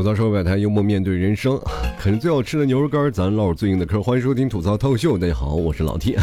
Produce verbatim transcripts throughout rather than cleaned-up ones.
吐槽社会百态，幽默面对人生，啃最好吃的牛肉干，咱唠最硬的嗑。欢迎收听吐槽脱口秀，大家好，我是老 T。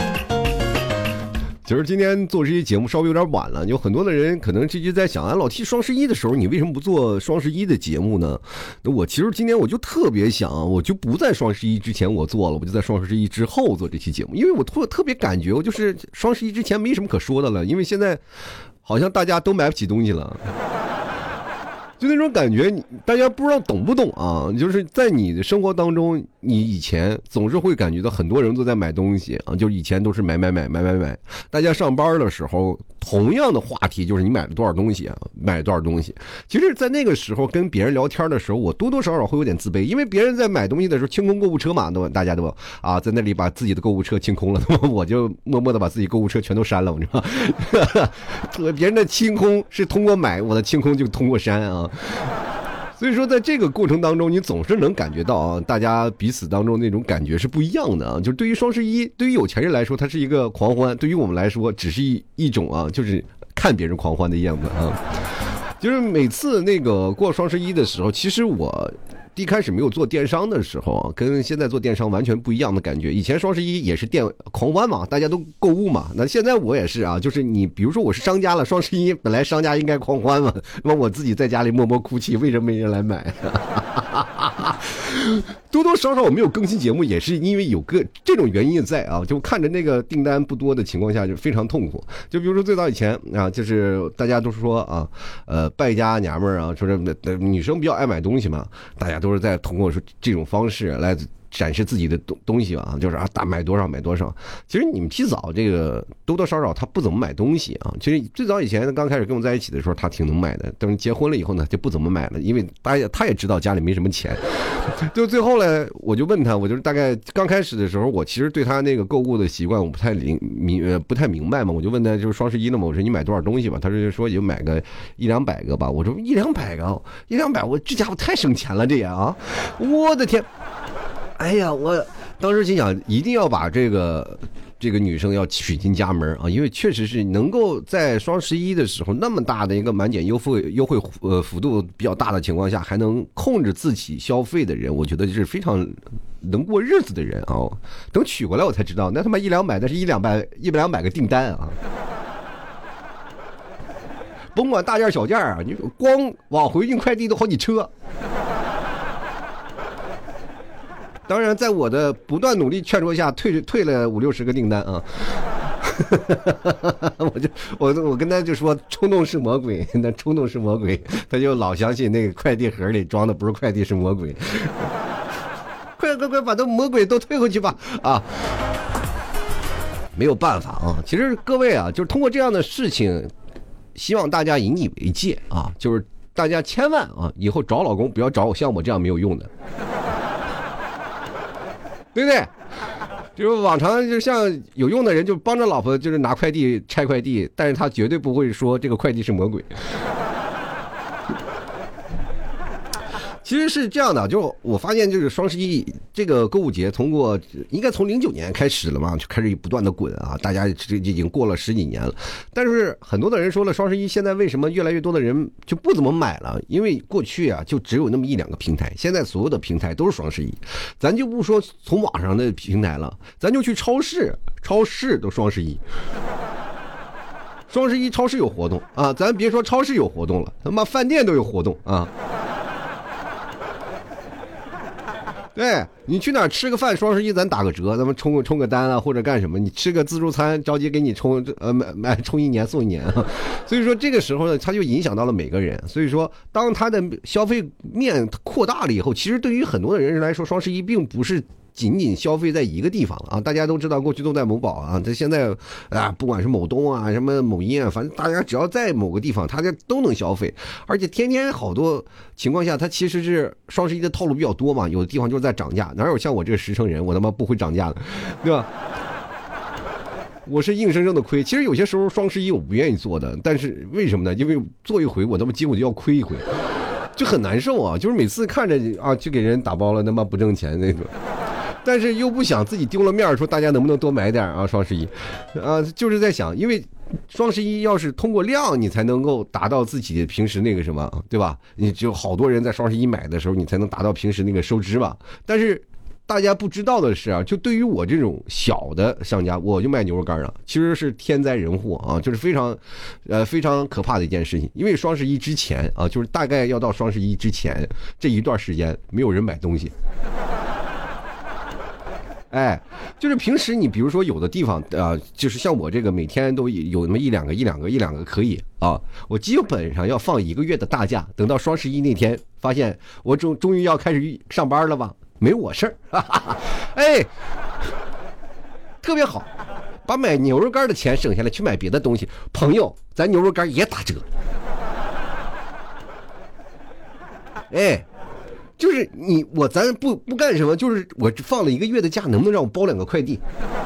其实今天做这期节目稍微有点晚了，有很多的人可能这就在想啊，老 T 双十一的时候你为什么不做双十一的节目呢？那我其实今天我就特别想，我就不在双十一之前我做了，我就在双十一之后做这期节目，因为我特特别感觉我就是双十一之前没什么可说的了，因为现在好像大家都买不起东西了。就那种感觉，你大家不知道懂不懂啊？就是在你的生活当中，你以前总是会感觉到很多人都在买东西啊，就以前都是买买买买买买。大家上班的时候，同样的话题就是你买了多少东西啊，买了多少东西。其实，在那个时候跟别人聊天的时候，我多多少少会有点自卑，因为别人在买东西的时候清空购物车嘛，对吧？大家都啊在那里把自己的购物车清空了，那么我就默默的把自己购物车全都删了，我知道。别人的清空是通过买，我的清空就通过删啊。所以说在这个过程当中，你总是能感觉到啊，大家彼此当中那种感觉是不一样的啊。就是对于双十一，对于有钱人来说它是一个狂欢，对于我们来说只是一一种啊，就是看别人狂欢的样子啊。就是每次那个过双十一的时候，其实我一开始没有做电商的时候，跟现在做电商完全不一样的感觉。以前双十一也是电狂欢嘛，大家都购物嘛。那现在我也是啊，就是你比如说我是商家了，双十一本来商家应该狂欢嘛，那么我自己在家里默默哭泣，为什么没人来买？多多少少我没有更新节目，也是因为有个这种原因在啊，就看着那个订单不多的情况下，就非常痛苦。就比如说最早以前啊，就是大家都说啊，呃，败家娘们儿啊，说是女生比较爱买东西嘛，大家都是在通过这种方式来展示自己的东东西啊，就是啊，大买多少买多少。其实你们提早这个多多少少他不怎么买东西啊。其实最早以前刚开始跟我在一起的时候，他挺能买的，等结婚了以后呢，就不怎么买了，因为他也他也知道家里没什么钱。就最后呢，我就问他，我就是大概刚开始的时候，我其实对他那个购物的习惯我不太明明不太明白嘛，我就问他，就是双十一了嘛，我说你买多少东西吧？他说说也就买个一两百个吧。我说一两百个，一两百，我这家伙太省钱了，这也啊，我的天！哎呀，我当时心想，一定要把这个这个女生要娶进家门啊，因为确实是能够在双十一的时候那么大的一个满减优惠优惠呃幅度比较大的情况下，还能控制自己消费的人，我觉得是非常能过日子的人啊。等娶过来我才知道，那他妈一两百，那是一两百一百两百个订单啊。甭管大件小件啊，你光往回运快递都好几车。当然，在我的不断努力劝说下，退退了五六十个订单啊！我就我我跟他就说，冲动是魔鬼，那冲动是魔鬼，他就老相信那个快递盒里装的不是快递是魔鬼。快快快，把这魔鬼都退回去吧！啊，没有办法啊！其实各位啊，就是通过这样的事情，希望大家引以为戒啊！就是大家千万啊，以后找老公不要找我像我这样没有用的。对不对？就是往常就像有用的人就帮着老婆就是拿快递拆快递，但是他绝对不会说这个快递是魔鬼。其实是这样的，就我发现就是双十一这个购物节，通过应该从零九年开始了嘛，就开始不断的滚啊，大家这已经过了十几年了。但是很多的人说了，双十一现在为什么越来越多的人就不怎么买了？因为过去啊就只有那么一两个平台，现在所有的平台都是双十一。咱就不说从网上的平台了，咱就去超市，超市都双十一。双十一超市有活动啊，咱别说超市有活动了，他妈饭店都有活动啊。对，你去哪儿吃个饭，双十一咱打个折，咱们充个充个单啊，或者干什么？你吃个自助餐，着急给你充，呃，买买充一年送一年啊。所以说这个时候呢，它就影响到了每个人。所以说，当它的消费面扩大了以后，其实对于很多的人来说，双十一并不是仅仅消费在一个地方啊，大家都知道过去都在某宝啊，这现在啊，不管是某东啊，什么某音啊，反正大家只要在某个地方，大家都能消费，而且天天好多情况下，它其实是双十一的套路比较多嘛，有的地方就是在涨价，哪有像我这个实诚人，我他妈不会涨价的，对吧？我是硬生生的亏。其实有些时候双十一我不愿意做的，但是为什么呢？因为做一回我他妈结果就要亏一回，就很难受啊！就是每次看着啊，就给人打包了，他妈不挣钱那种。但是又不想自己丢了面，说大家能不能多买点啊？双十一，啊，就是在想，因为双十一要是通过量，你才能够达到自己平时那个什么，对吧？你只有好多人在双十一买的时候，你才能达到平时那个收支吧。但是大家不知道的是啊，就对于我这种小的商家，我就卖牛肉干了，其实是天灾人祸啊，就是非常，呃，非常可怕的一件事情。因为双十一之前啊，就是大概要到双十一之前这一段时间，没有人买东西。哎，就是平时你比如说有的地方啊、呃，就是像我这个每天都有那么一两个、一两个、一两个可以啊，我基本上要放一个月的大假，等到双十一那天，发现我终终于要开始上班了吧。没我事儿，哎，特别好，把买牛肉干的钱省下来去买别的东西。朋友，咱牛肉干也打折，哎，就是你我咱不不干什么，就是我放了一个月的假，能不能让我包两个快递？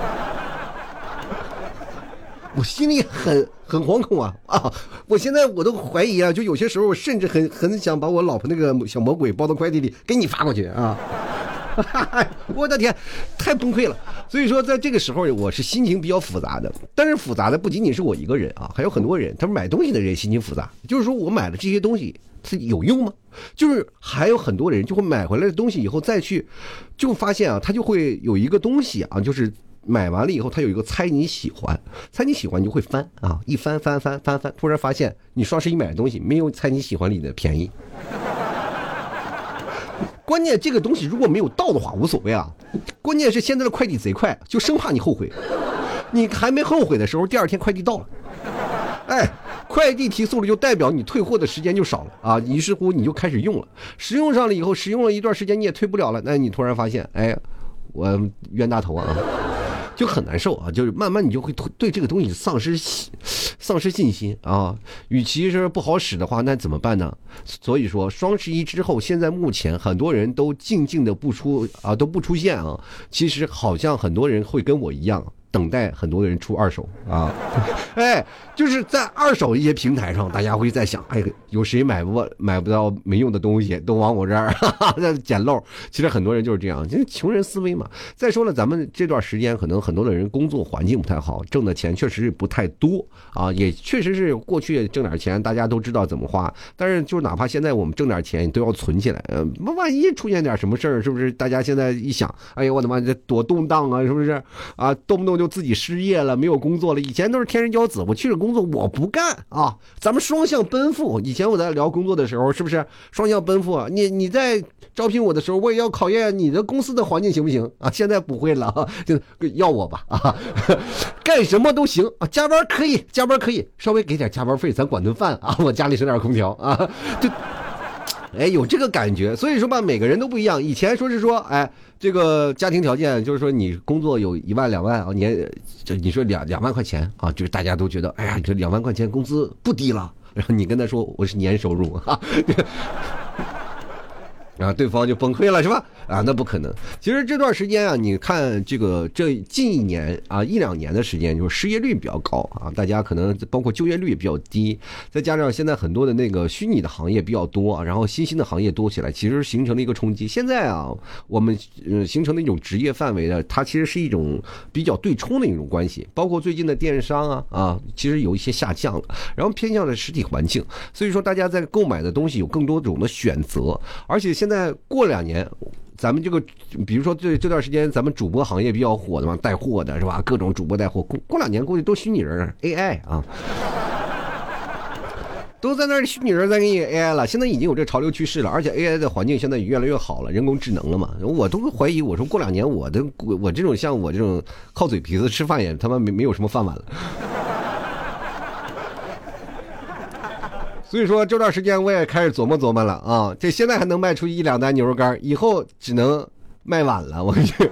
我心里很很惶恐啊啊！我现在我都怀疑啊，就有些时候我甚至很很想把我老婆那个小魔鬼包到快递里给你发过去啊！我的天，太崩溃了。所以说，在这个时候，我是心情比较复杂的。但是复杂的不仅仅是我一个人啊，还有很多人，他们买东西的人心情复杂。就是说我买了这些东西，是有用吗？就是还有很多人就会买回来的东西以后再去，就发现啊，他就会有一个东西啊，就是买完了以后，他有一个猜你喜欢，猜你喜欢你就会翻啊，一翻翻翻翻翻，突然发现你双十一买的东西没有猜你喜欢里的便宜。关键这个东西如果没有到的话无所谓啊，关键是现在的快递贼快，就生怕你后悔。你还没后悔的时候，第二天快递到了，哎，快递提速了就代表你退货的时间就少了啊，于是乎你就开始用了，使用上了以后，使用了一段时间你也退不了了，那你突然发现，哎，我冤大头啊，就很难受啊，就是慢慢你就会对这个东西丧失丧失信心啊。与其是不好使的话，那怎么办呢？所以说双十一之后，现在目前很多人都静静的不出啊，都不出现啊。其实好像很多人会跟我一样，等待很多人出二手啊，哎，就是在二手一些平台上，大家会在想，哎，有谁买不买不到没用的东西，都往我这儿哈哈在捡漏。其实很多人就是这样，就是穷人思维嘛。再说了，咱们这段时间可能很多的人工作环境不太好，挣的钱确实不太多啊，也确实是过去挣点钱，大家都知道怎么花。但是就哪怕现在我们挣点钱，都要存起来，呃，万一出现点什么事儿，是不是？大家现在一想，哎呀，我的妈，这多动荡啊，是不是？啊，动不动就自己失业了，没有工作了。以前都是天人交子，我去了工作我不干啊，咱们双向奔赴。以前我在聊工作的时候，是不是双向奔赴啊？你你在招聘我的时候，我也要考验你的公司的环境行不行啊？现在不会了啊，就要我吧啊，干什么都行啊，加班可以，加班可以，稍微给点加班费，咱管顿饭啊，我家里省点空调啊，就。哎，有这个感觉，所以说吧，每个人都不一样。以前说是说，哎，这个家庭条件就是说，你工作有一万两万啊，年就你说两两万块钱啊，就是大家都觉得，哎呀，这两万块钱工资不低了。然后你跟他说我是年收入啊。然后对方就崩溃了，是吧？啊，那不可能。其实这段时间啊，你看这个这近一年啊一两年的时间，就是失业率比较高啊，大家可能包括就业率也比较低，再加上现在很多的那个虚拟的行业比较多啊，然后新兴的行业多起来，其实形成了一个冲击。现在啊，我们呃形成的一种职业范围呢，它其实是一种比较对冲的一种关系，包括最近的电商啊啊，其实有一些下降了，然后偏向了实体环境，所以说大家在购买的东西有更多种的选择，而且现在过两年。咱们这个，比如说这这段时间，咱们主播行业比较火的嘛，带货的是吧？各种主播带货，过过两年估计都虚拟人 A I 啊，都在那儿虚拟人在给你 A I 了。现在已经有这潮流趋势了，而且 A I 的环境现在也越来越好了，人工智能了嘛。我都怀疑，我说过两年我的我这种像我这种靠嘴皮子吃饭也他妈没没有什么饭碗了。所以说这段时间我也开始琢磨琢磨了啊，这现在还能卖出一两单牛肉干，以后只能卖晚了，我去。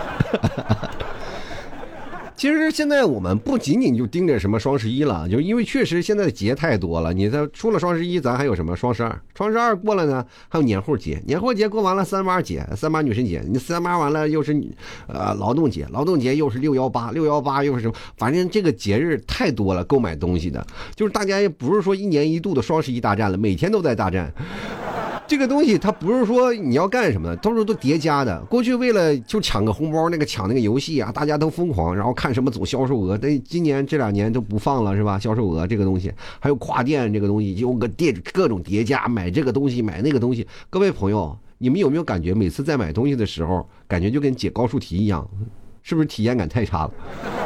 其实现在我们不仅仅就盯着什么双十一了，就因为确实现在的节太多了。你在除了双十一，咱还有什么双十二？双十二过了呢，还有年货节，年货节过完了，三八节、三八女神节，你三八完了又是呃劳动节，劳动节又是六幺八，六幺八又是什么？反正这个节日太多了，购买东西的，就是大家也不是说一年一度的双十一大战了，每天都在大战。 这个东西它不是说你要干什么，都是都叠加的。过去为了就抢个红包，那个抢那个游戏啊，大家都疯狂，然后看什么总销售额。但今年这两年都不放了，是吧？销售额这个东西，还有跨店这个东西，就个叠各种叠加，买这个东西买那个东西。各位朋友，你们有没有感觉每次在买东西的时候，感觉就跟解高数题一样，是不是体验感太差了？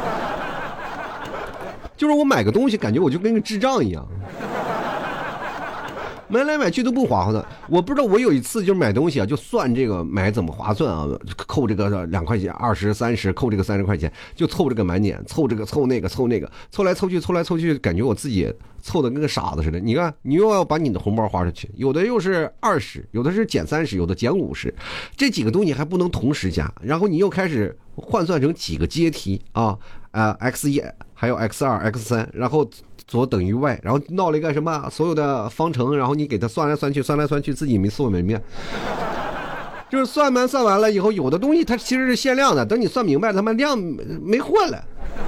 就是我买个东西，感觉我就跟个智障一样。买来买去都不划算的，我不知道我有一次就是买东西啊，就算这个买怎么划算啊，扣这个两块钱、二十、三十，扣这个三十块钱，就凑这个满减，凑这个凑那个凑那个，凑来凑去，凑来凑去，感觉我自己凑的跟个傻子似的。你看，你又要把你的红包花出去，有的又是二十，有的是减三十，有的减五十，这几个东西还不能同时加，然后你又开始换算成几个阶梯啊啊 x 一还有 x 二 x 三，然后左等于 y， 然后闹了一个什么所有的方程，然后你给它算来算去，算来算去，自己没算明白。就是算完算完了以后，有的东西它其实是限量的，等你算明白了，他妈量没货了，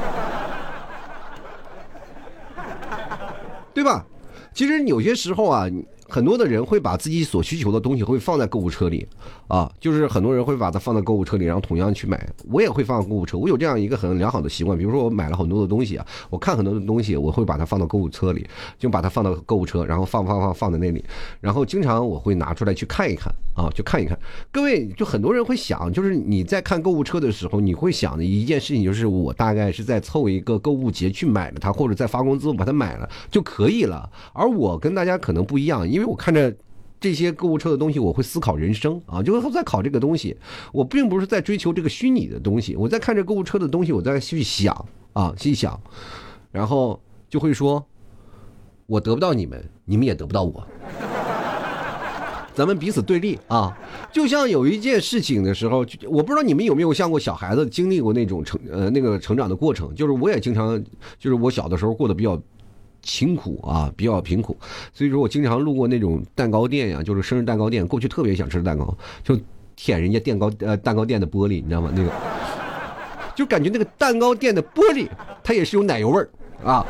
对吧？其实有些时候啊，很多的人会把自己所需求的东西会放在购物车里啊，就是很多人会把它放在购物车里，然后同样去买。我也会放在购物车，我有这样一个很良好的习惯。比如说我买了很多的东西啊，我看很多的东西，我会把它放到购物车里，就把它放到购物车，然后放放放放在那里，然后经常我会拿出来去看一看啊，去看一看。各位，就很多人会想，就是你在看购物车的时候，你会想的一件事情就是，我大概是在凑一个购物节去买了它，或者在发工资我把它买了就可以了。而我跟大家可能不一样，因为我看着这些购物车的东西，我会思考人生啊，就是在考这个东西。我并不是在追求这个虚拟的东西，我在看这购物车的东西，我在去想啊，去想，然后就会说，我得不到你们，你们也得不到我，咱们彼此对立啊。就像有一件事情的时候，我不知道你们有没有像过小孩子经历过那种成呃那个成长的过程，就是我也经常，就是我小的时候过得比较辛苦啊，比较贫苦，所以说我经常路过那种蛋糕店呀，就是生日蛋糕店，过去特别想吃蛋糕，就舔人家蛋糕呃蛋糕店的玻璃，你知道吗？那个就感觉那个蛋糕店的玻璃它也是有奶油味儿啊。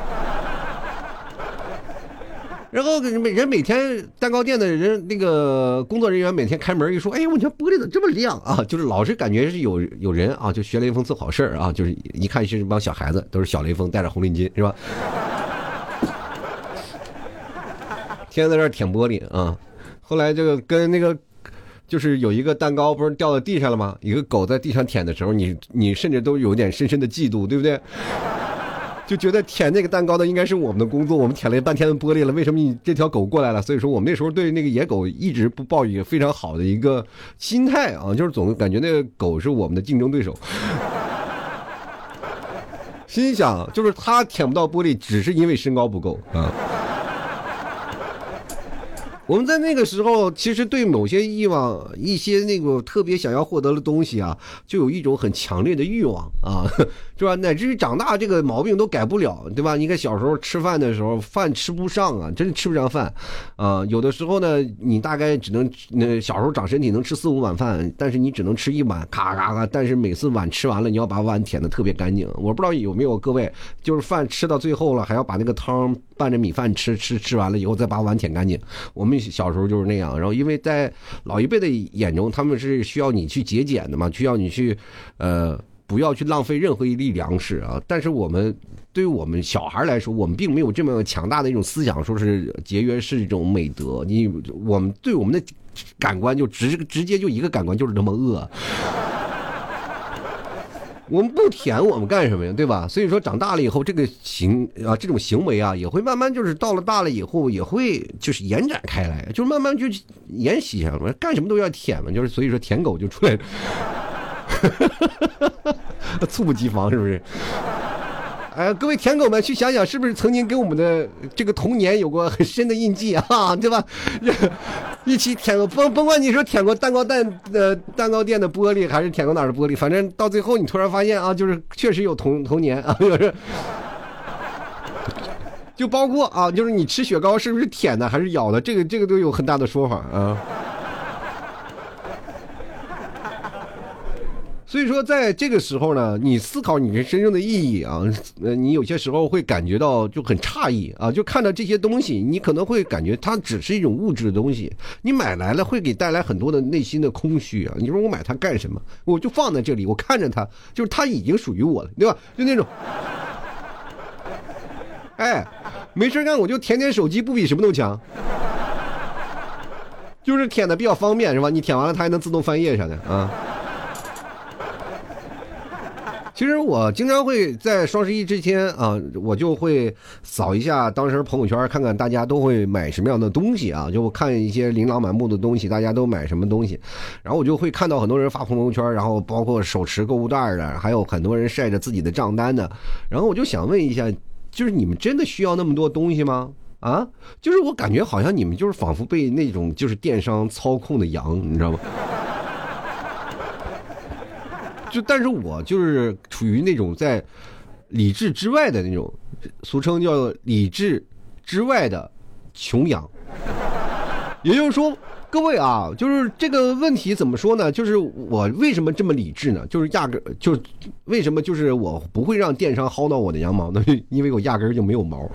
然后人每天蛋糕店的人那个工作人员每天开门一说，哎，我这玻璃怎么这么亮啊？就是老是感觉是有有人啊，就学雷锋做好事啊，就是一看是一帮小孩子，都是小雷锋带着红领巾是吧？天天在这儿舔玻璃啊！后来这个跟那个就是有一个蛋糕不是掉到地上了吗？一个狗在地上舔的时候，你你甚至都有点深深的嫉妒，对不对？就觉得舔那个蛋糕的应该是我们的工作，我们舔了半天的玻璃了，为什么你这条狗过来了？所以说我们那时候对那个野狗一直不抱一个非常好的一个心态啊，就是总感觉那个狗是我们的竞争对手。心想就是他舔不到玻璃，只是因为身高不够啊。我们在那个时候其实对某些欲望一些那个特别想要获得的东西啊，就有一种很强烈的欲望啊，是吧？乃至于长大这个毛病都改不了，对吧？你看小时候吃饭的时候饭吃不上啊，真是吃不上饭啊。有的时候呢你大概只能那小时候长身体能吃四五碗饭，但是你只能吃一碗，咔咔咔，但是每次碗吃完了你要把碗舔得特别干净。我不知道有没有各位就是饭吃到最后了还要把那个汤拌着米饭吃，吃吃完了以后再把碗舔干净。我们小时候就是那样，然后因为在老一辈的眼中他们是需要你去节俭的嘛，需要你去呃不要去浪费任何一粒粮食啊。但是我们对于我们小孩来说，我们并没有这么强大的一种思想，说是节约是一种美德。你我们对我们的感官就直直接就一个感官就是这么饿。我们不舔我们干什么呀，对吧？所以说长大了以后这个行啊这种行为啊也会慢慢就是到了大了以后也会就是延展开来，就是慢慢就沿袭上了，干什么都要舔嘛，就是所以说舔狗就出来了。猝不及防是不是？哎，各位舔狗们去想想，是不是曾经给我们的这个童年有过很深的印记啊，对吧？一起舔过，甭甭管你说舔过蛋糕蛋呃蛋糕店的玻璃，还是舔过哪儿的玻璃，反正到最后你突然发现啊，就是确实有童童年啊，就是就包括啊，就是你吃雪糕是不是舔的还是咬的，这个这个都有很大的说法啊。 所以说，在这个时候呢，你思考你人生中的意义啊，呃，你有些时候会感觉到就很诧异啊，就看到这些东西，你可能会感觉它只是一种物质的东西，你买来了会给带来很多的内心的空虚啊。你说我买它干什么？我就放在这里，我看着它，就是它已经属于我了，对吧？就那种，哎，没事干我就舔舔手机，不比什么都强。就是舔的比较方便是吧？你舔完了它还能自动翻页啥的啊。其实我经常会在双十一之前啊，我就会扫一下当时朋友圈，看看大家都会买什么样的东西啊，就看一些琳琅满目的东西，大家都买什么东西，然后我就会看到很多人发朋友圈，然后包括手持购物袋的，还有很多人晒着自己的账单的，然后我就想问一下，就是你们真的需要那么多东西吗？啊，就是我感觉好像你们就是仿佛被那种就是电商操控的羊，你知道吗？就但是我就是处于那种在理智之外的那种，俗称叫理智之外的穷羊。也就是说，各位啊，就是这个问题怎么说呢？就是我为什么这么理智呢？就是压根就为什么就是我不会让电商薅到我的羊毛呢？因为我压根就没有毛。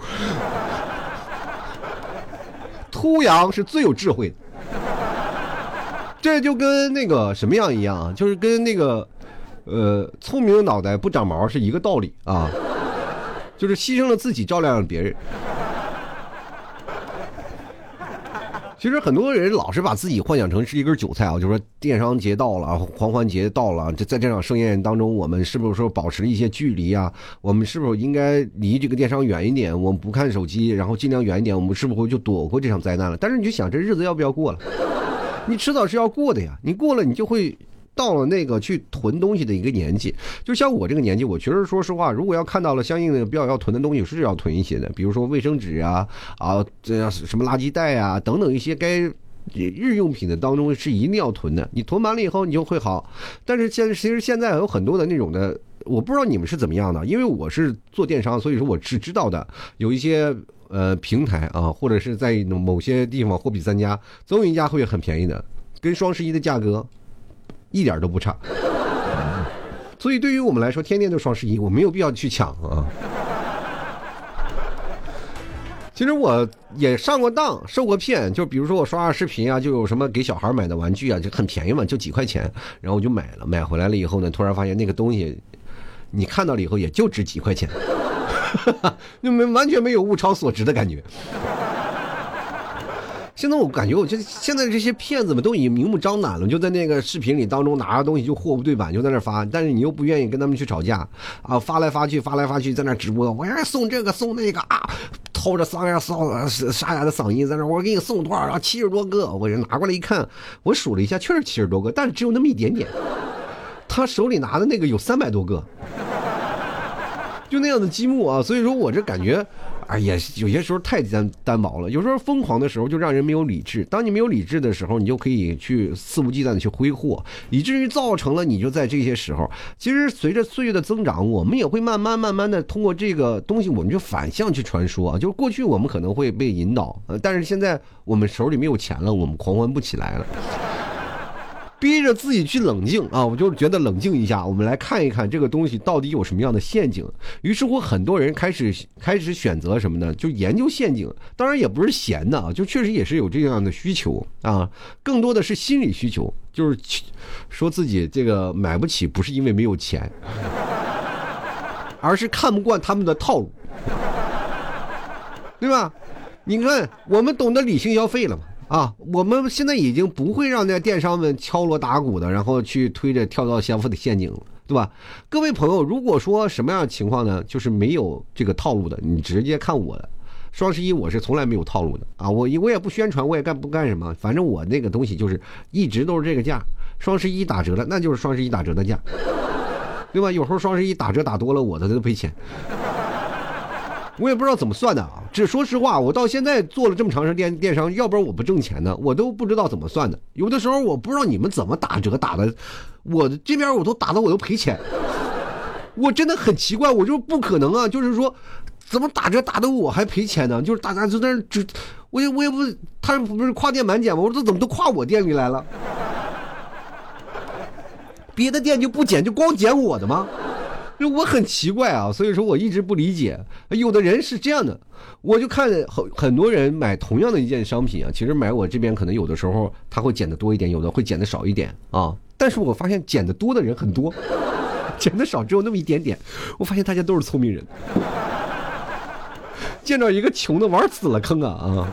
秃羊是最有智慧的，这就跟那个什么样一样，就是跟那个。呃，聪明的脑袋不长毛是一个道理啊，就是牺牲了自己照亮了别人。其实很多人老是把自己幻想成是一根韭菜啊，就说电商节到了，狂欢节到了，这在这场盛宴当中，我们是不是说保持一些距离啊？我们是不是应该离这个电商远一点？我们不看手机，然后尽量远一点，我们是不是就躲过这场灾难了？但是你就想，这日子要不要过了？你迟早是要过的呀，你过了，你就会。到了那个去囤东西的一个年纪，就像我这个年纪，我确实说实话，如果要看到了相应的比较要囤的东西，是要囤一些的，比如说卫生纸啊啊，这样什么垃圾袋啊等等一些该日用品的当中是一定要囤的。你囤完了以后，你就会好。但是现其实现在有很多的那种的，我不知道你们是怎么样的，因为我是做电商，所以说我是知道的，有一些呃平台啊，或者是在某些地方货比三家，总有一家会很便宜的，跟双十一的价格。一点都不差，所以对于我们来说，天天就双十一，我没有必要去抢啊。其实我也上过当，受过骗，就比如说我刷视频啊，就有什么给小孩买的玩具啊，就很便宜嘛，就几块钱，然后我就买了，买回来了以后呢，突然发现那个东西，你看到了以后也就值几块钱，就没完全没有物超所值的感觉。现在我感觉，我这现在这些骗子们都已经明目张胆了，就在那个视频里当中拿着东西就货不对版，就在那发，但是你又不愿意跟他们去吵架啊，发来发去，发来发去，在那直播，我要送这个送那个啊，掏着沙哑沙沙哑的嗓音在那，我给你送多少啊，七十多个，我就拿过来一看，我数了一下，确实七十多个，但是只有那么一点点，他手里拿的那个有三百多个，就那样的积木啊，所以说我这感觉。哎呀，有些时候太单单薄了，有时候疯狂的时候就让人没有理智。当你没有理智的时候，你就可以去肆无忌惮的去挥霍，以至于造成了你就在这些时候。其实随着岁月的增长，我们也会慢慢慢慢的通过这个东西，我们就反向去传说啊。就是过去我们可能会被引导，呃，但是现在我们手里没有钱了，我们狂欢不起来了。逼着自己去冷静啊！我就觉得冷静一下，我们来看一看这个东西到底有什么样的陷阱。于是乎，很多人开始开始选择什么呢？就研究陷阱。当然也不是闲的啊，就确实也是有这样的需求啊，更多的是心理需求，就是说自己这个买不起，不是因为没有钱，而是看不惯他们的套路，对吧？你看，我们懂得理性消费了嘛？啊，我们现在已经不会让那电商们敲锣打鼓的，然后去推着跳到消费的陷阱了，对吧？各位朋友，如果说什么样的情况呢？就是没有这个套路的，你直接看我的双十一，我是从来没有套路的啊！我我也不宣传，我也干不干什么，反正我那个东西就是一直都是这个价。双十一打折了，那就是双十一打折的价，对吧？有时候双十一打折打多了，我的都赔钱。我也不知道怎么算的啊！这说实话，我到现在做了这么长时间电电商，要不然我不挣钱呢，我都不知道怎么算的。有的时候我不知道你们怎么打折打的，我这边我都打的我都赔钱，我真的很奇怪，我就不可能啊！就是说，怎么打折打的我还赔钱呢？就是大家就在那只，我也我也不，他不是跨店满减吗？我说怎么都跨我店里来了？ 别的店就不减，就光减我的吗？我很奇怪啊，所以说我一直不理解，有的人是这样的，我就看很很多人买同样的一件商品啊，其实买我这边可能有的时候他会减的多一点，有的会减的少一点啊，但是我发现减的多的人很多，减的少只有那么一点点，我发现大家都是聪明人，见着一个穷的玩死了坑啊啊！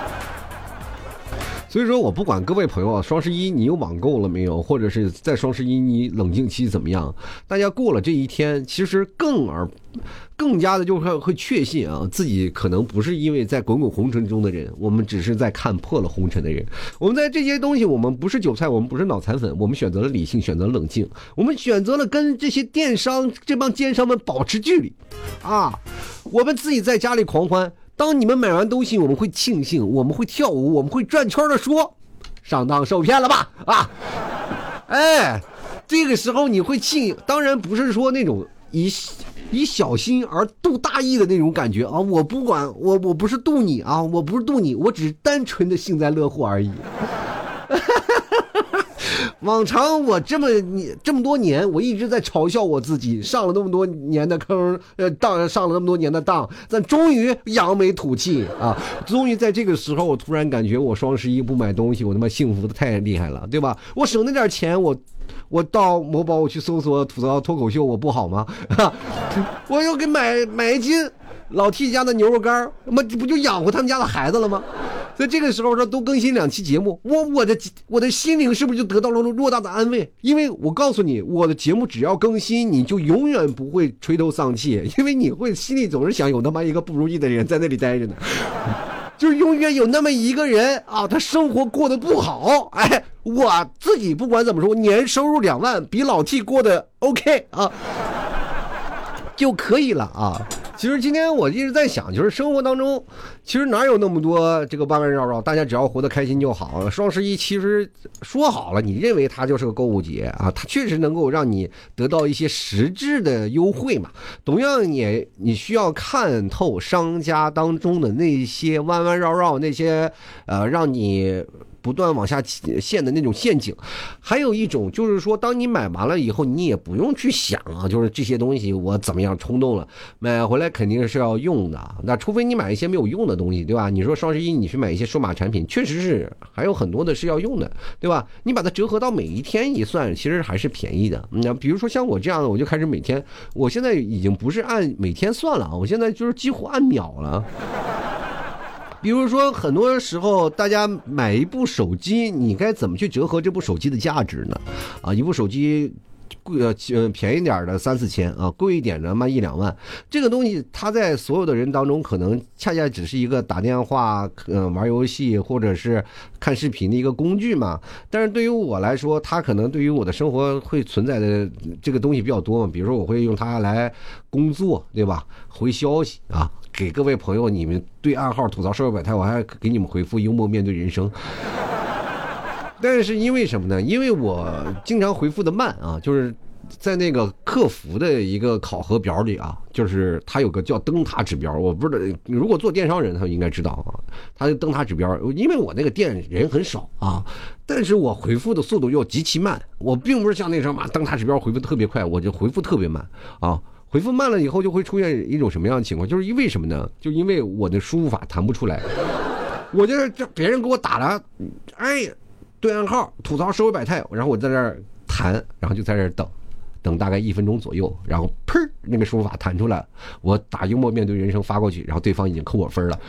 所以说我不管各位朋友啊，双十一你有网购了没有，或者是在双十一你冷静期怎么样，大家过了这一天，其实更而更加的就会会确信啊，自己可能不是因为在滚滚红尘中的人，我们只是在看破了红尘的人。我们在这些东西，我们不是韭菜，我们不是脑残粉，我们选择了理性，选择了冷静，我们选择了跟这些电商这帮奸商们保持距离啊，我们自己在家里狂欢。当你们买完东西，我们会庆幸，我们会跳舞，我们会转圈的说，上当受骗了吧？啊，哎，这个时候你会庆，当然不是说那种以以小心而度大义的那种感觉啊，我不管，我我不是度你啊，我不是度你，我只是单纯的幸灾乐祸而已。往常我这么你这么多年，我一直在嘲笑我自己，上了那么多年的坑，呃，当上了那么多年的当，但终于扬眉吐气啊！终于在这个时候，我突然感觉我双十一不买东西，我他妈幸福的太厉害了，对吧？我省那点钱，我我到某宝我去搜索吐槽脱口秀，我不好吗？我又给买买一斤老 T 家的牛肉干，那不就养活他们家的孩子了吗？在这个时候说都更新两期节目，我我的我的心灵是不是就得到了偌大的安慰？因为我告诉你，我的节目只要更新，你就永远不会垂头丧气，因为你会心里总是想有他妈一个不如意的人在那里待着呢，就是永远有那么一个人啊，他生活过得不好，哎，我自己不管怎么说，年收入两万，比老 T 过得 OK 啊，就可以了啊。其实今天我一直在想，就是生活当中其实哪有那么多这个弯弯绕绕，大家只要活得开心就好。双十一其实说好了，你认为它就是个购物节啊，它确实能够让你得到一些实质的优惠嘛。同样也你需要看透商家当中的那些弯弯绕绕，那些呃让你不断往下陷的那种陷阱。还有一种就是说，当你买完了以后，你也不用去想啊，就是这些东西我怎么样冲动了，买回来肯定是要用的，那除非你买一些没有用的东西，对吧？你说双十一你去买一些数码产品，确实是还有很多的是要用的，对吧？你把它折合到每一天一算，其实还是便宜的。那比如说像我这样的，我就开始每天，我现在已经不是按每天算了，我现在就是几乎按秒了。比如说很多时候大家买一部手机，你该怎么去折合这部手机的价值呢？啊，一部手机贵呃便宜点的三四千啊，贵一点的嘛一两万，这个东西它在所有的人当中可能恰恰只是一个打电话、呃玩游戏或者是看视频的一个工具嘛。但是对于我来说，它可能对于我的生活会存在的这个东西比较多嘛，比如说我会用它来工作，对吧？回消息啊。给各位朋友，你们对暗号吐槽社会百态，我还给你们回复幽默面对人生。但是因为什么呢？因为我经常回复的慢啊，就是在那个客服的一个考核表里啊，就是它有个叫灯塔指标，我不知道，如果做电商人他应该知道啊，它的灯塔指标，因为我那个店人很少啊，但是我回复的速度又极其慢，我并不是像那什么灯塔指标回复特别快，我就回复特别慢啊。回复慢了以后就会出现一种什么样的情况，就是因为什么呢？就因为我的输入法弹不出来，我就是这别人给我打了，哎，对暗号吐槽社会百态，然后我在这儿弹，然后就在这儿等，等大概一分钟左右，然后砰，那个输入法弹出来，我打幽默面对人生发过去，然后对方已经扣我分了，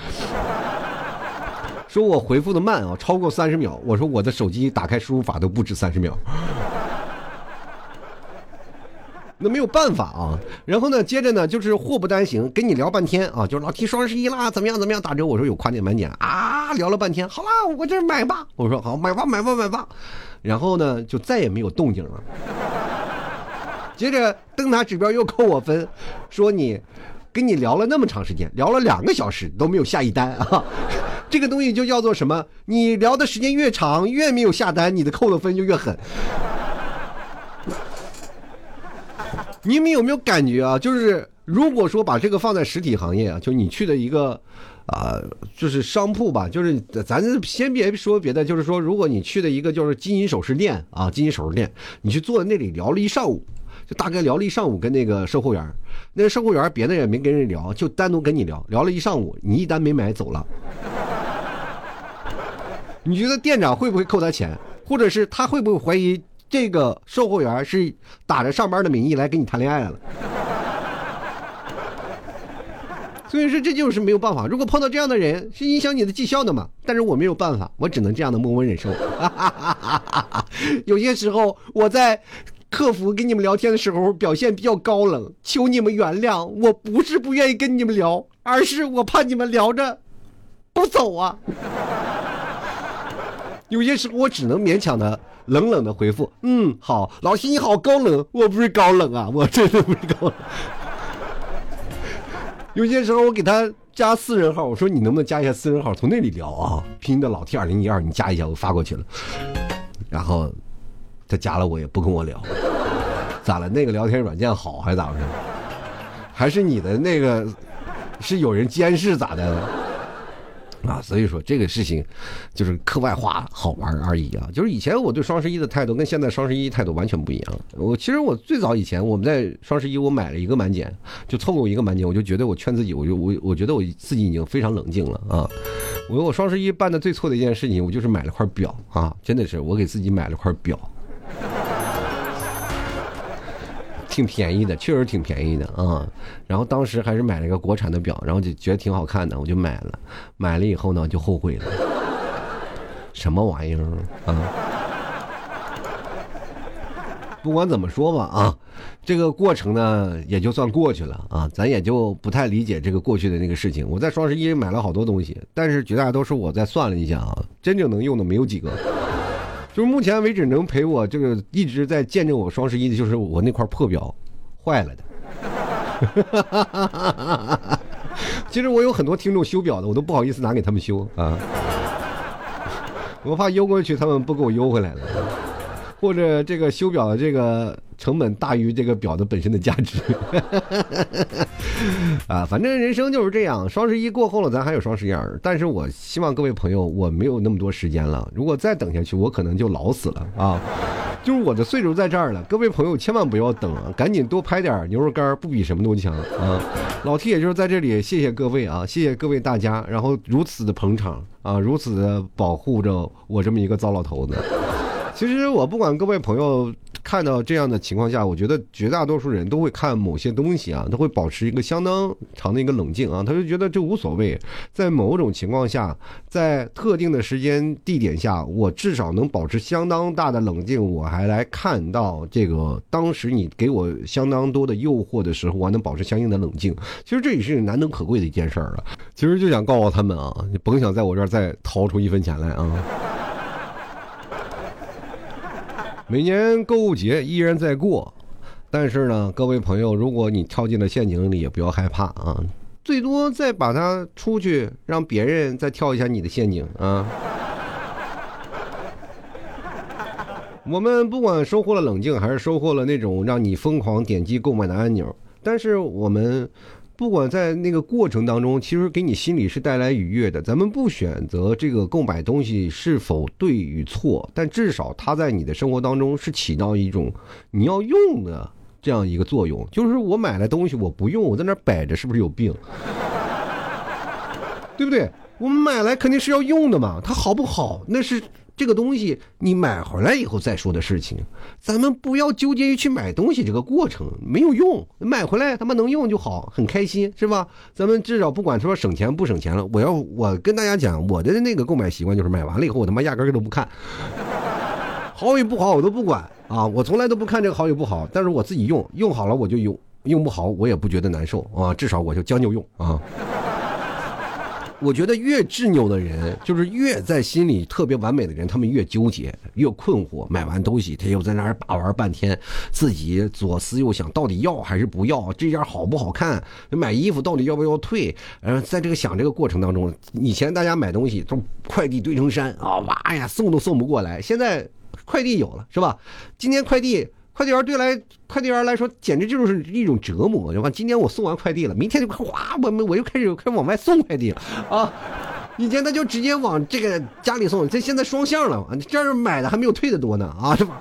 说我回复的慢啊，超过三十秒，我说我的手机打开输入法都不止三十秒。那没有办法啊，然后呢，接着呢就是祸不单行，跟你聊半天啊，就是老提双十一啦，怎么样怎么样打折，我说有跨年满减啊，聊了半天，好啦，我这买吧，我说好，买吧买吧买吧，然后呢就再也没有动静了。接着灯塔指标又扣我分，说你跟你聊了那么长时间，聊了两个小时都没有下一单啊，这个东西就叫做什么？你聊的时间越长，越没有下单，你的扣的分就越狠。你们有没有感觉啊？就是如果说把这个放在实体行业啊，就你去的一个啊、呃，就是商铺吧，就是咱先别说别的，就是说，如果你去的一个就是金银首饰店啊，金银首饰店，你去坐在那里聊了一上午，就大概聊了一上午，跟那个售货员，那个售货员别的也没跟人聊，就单独跟你聊，聊了一上午，你一单没买走了，你觉得店长会不会扣他钱，或者是他会不会怀疑这个售货员是打着上班的名义来跟你谈恋爱了？所以说这就是没有办法，如果碰到这样的人是影响你的绩效的嘛，但是我没有办法，我只能这样的默默忍受。有些时候我在客服跟你们聊天的时候表现比较高冷，求你们原谅，我不是不愿意跟你们聊，而是我怕你们聊着不走啊。有些时候我只能勉强的冷冷的回复，嗯，好，老师你好高冷，我不是高冷啊，我真的不是高冷。有些时候我给他加私人号，我说你能不能加一下私人号，从那里聊啊，拼的老 T 二零一二，你加一下，我发过去了。然后他加了我也不跟我聊，咋了？那个聊天软件好还是咋回事？还是你的那个是有人监视咋的？啊，所以说这个事情就是课外话好玩而已啊。就是以前我对双十一的态度跟现在双十一态度完全不一样。我其实我最早以前我们在双十一我买了一个满减，就凑够一个满减，我就觉得我劝自己，我就我我觉得我自己已经非常冷静了啊。我我双十一办的最错的一件事情，我就是买了块表啊，真的是我给自己买了块表。挺便宜的，确实挺便宜的啊、嗯。然后当时还是买了一个国产的表，然后就觉得挺好看的，我就买了。买了以后呢，就后悔了。什么玩意儿啊？不管怎么说吧啊，这个过程呢也就算过去了啊，咱也就不太理解这个过去的那个事情。我在双十一买了好多东西，但是绝大多数我再算了一下啊，真正能用的没有几个。就是目前为止能陪我这个一直在见证我双十一的，就是我那块破表坏了的。其实我有很多听众修表的，我都不好意思拿给他们修啊，我怕邮过去他们不给我邮回来了，或者这个修表的这个成本大于这个表的本身的价值。啊，反正人生就是这样，双十一过后了咱还有双十二，但是我希望各位朋友，我没有那么多时间了，如果再等下去我可能就老死了啊，就是我的岁数在这儿了，各位朋友千万不要等啊，赶紧多拍点牛肉干，不比什么都强啊。老 T 也就是在这里谢谢各位啊，谢谢各位大家，然后如此的捧场啊，如此的保护着我这么一个糟老头子。其实我不管各位朋友看到这样的情况下，我觉得绝大多数人都会看某些东西啊，都会保持一个相当长的一个冷静啊，他就觉得这无所谓。在某种情况下，在特定的时间地点下，我至少能保持相当大的冷静，我还来看到这个当时你给我相当多的诱惑的时候，我还能保持相应的冷静。其实这也是难能可贵的一件事儿了。其实就想告诉他们啊，你甭想在我这儿再掏出一分钱来啊。每年购物节依然在过，但是呢，各位朋友，如果你跳进了陷阱里，也不要害怕啊，最多再把它出去，让别人再跳一下你的陷阱啊。我们不管收获了冷静，还是收获了那种让你疯狂点击购买的按钮，但是我们不管在那个过程当中，其实给你心里是带来愉悦的。咱们不选择这个购买东西是否对与错，但至少它在你的生活当中是起到一种你要用的这样一个作用。就是我买了东西我不用，我在那摆着，是不是有病？对不对？我们买来肯定是要用的嘛，它好不好那是这个东西你买回来以后再说的事情，咱们不要纠结于去买东西这个过程，没有用，买回来他妈能用就好，很开心是吧？咱们至少不管说省钱不省钱了，我要我跟大家讲，我的那个购买习惯就是买完了以后我他妈压根儿都不看，好与不好我都不管啊，我从来都不看这个好与不好，但是我自己用，用好了我就用，用不好我也不觉得难受啊，至少我就将就用啊。我觉得越执拗的人，就是越在心里特别完美的人，他们越纠结越困惑，买完东西他又在那儿把玩半天，自己左思右想到底要还是不要，这件好不好看，买衣服到底要不要退，呃，在这个想这个过程当中，以前大家买东西都快递堆成山啊，哇呀送都送不过来，现在快递有了是吧？今天快递快递员对来快递员来说简直就是一种折磨，对吧？今天我送完快递了，明天就哗，我们我又开始开始往外送快递了啊！以前他就直接往这个家里送，这现在双向了，这儿买的还没有退的多呢啊，是吧？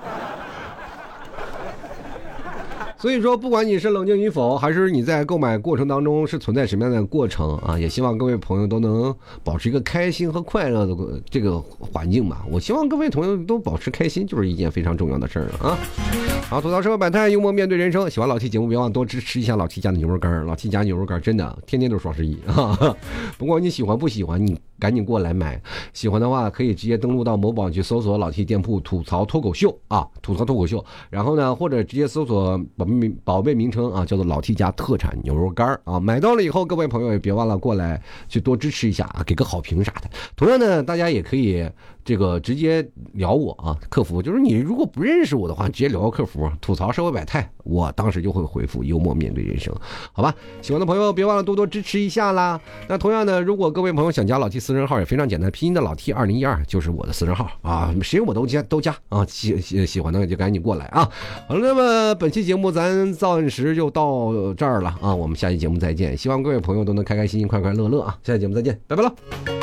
所以说，不管你是冷静与否，还是你在购买过程当中是存在什么样的过程啊，也希望各位朋友都能保持一个开心和快乐的这个环境吧。我希望各位朋友都保持开心，就是一件非常重要的事儿啊。好，吐槽社会百态，幽默面对人生。喜欢老 T 节目，别忘多支持一下老 T 家的牛肉干。老 T 家牛肉干真的天天都是双十一啊！不管你喜欢不喜欢，你赶紧过来买。喜欢的话，可以直接登录到某宝去搜索老 T 店铺吐槽脱口秀啊，吐槽脱口秀。然后呢，或者直接搜索宝贝名宝贝名称啊，叫做老 T 家特产牛肉干啊。买到了以后，各位朋友也别忘了过来去多支持一下啊，给个好评啥的。同样呢，大家也可以这个直接聊我啊，客服就是你如果不认识我的话，直接聊客服吐槽社会百态，我当时就会回复幽默面对人生，好吧？喜欢的朋友别忘了多多支持一下啦。那同样呢，如果各位朋友想加老 T 私人号也非常简单，拼音的老 T 二零一二就是我的私人号啊，谁我都加都加啊，喜喜喜欢的就赶紧过来啊。好了，那么本期节目咱暂时就到这儿了啊，我们下期节目再见，希望各位朋友都能开开心心快快乐乐啊，下期节目再见，拜拜了。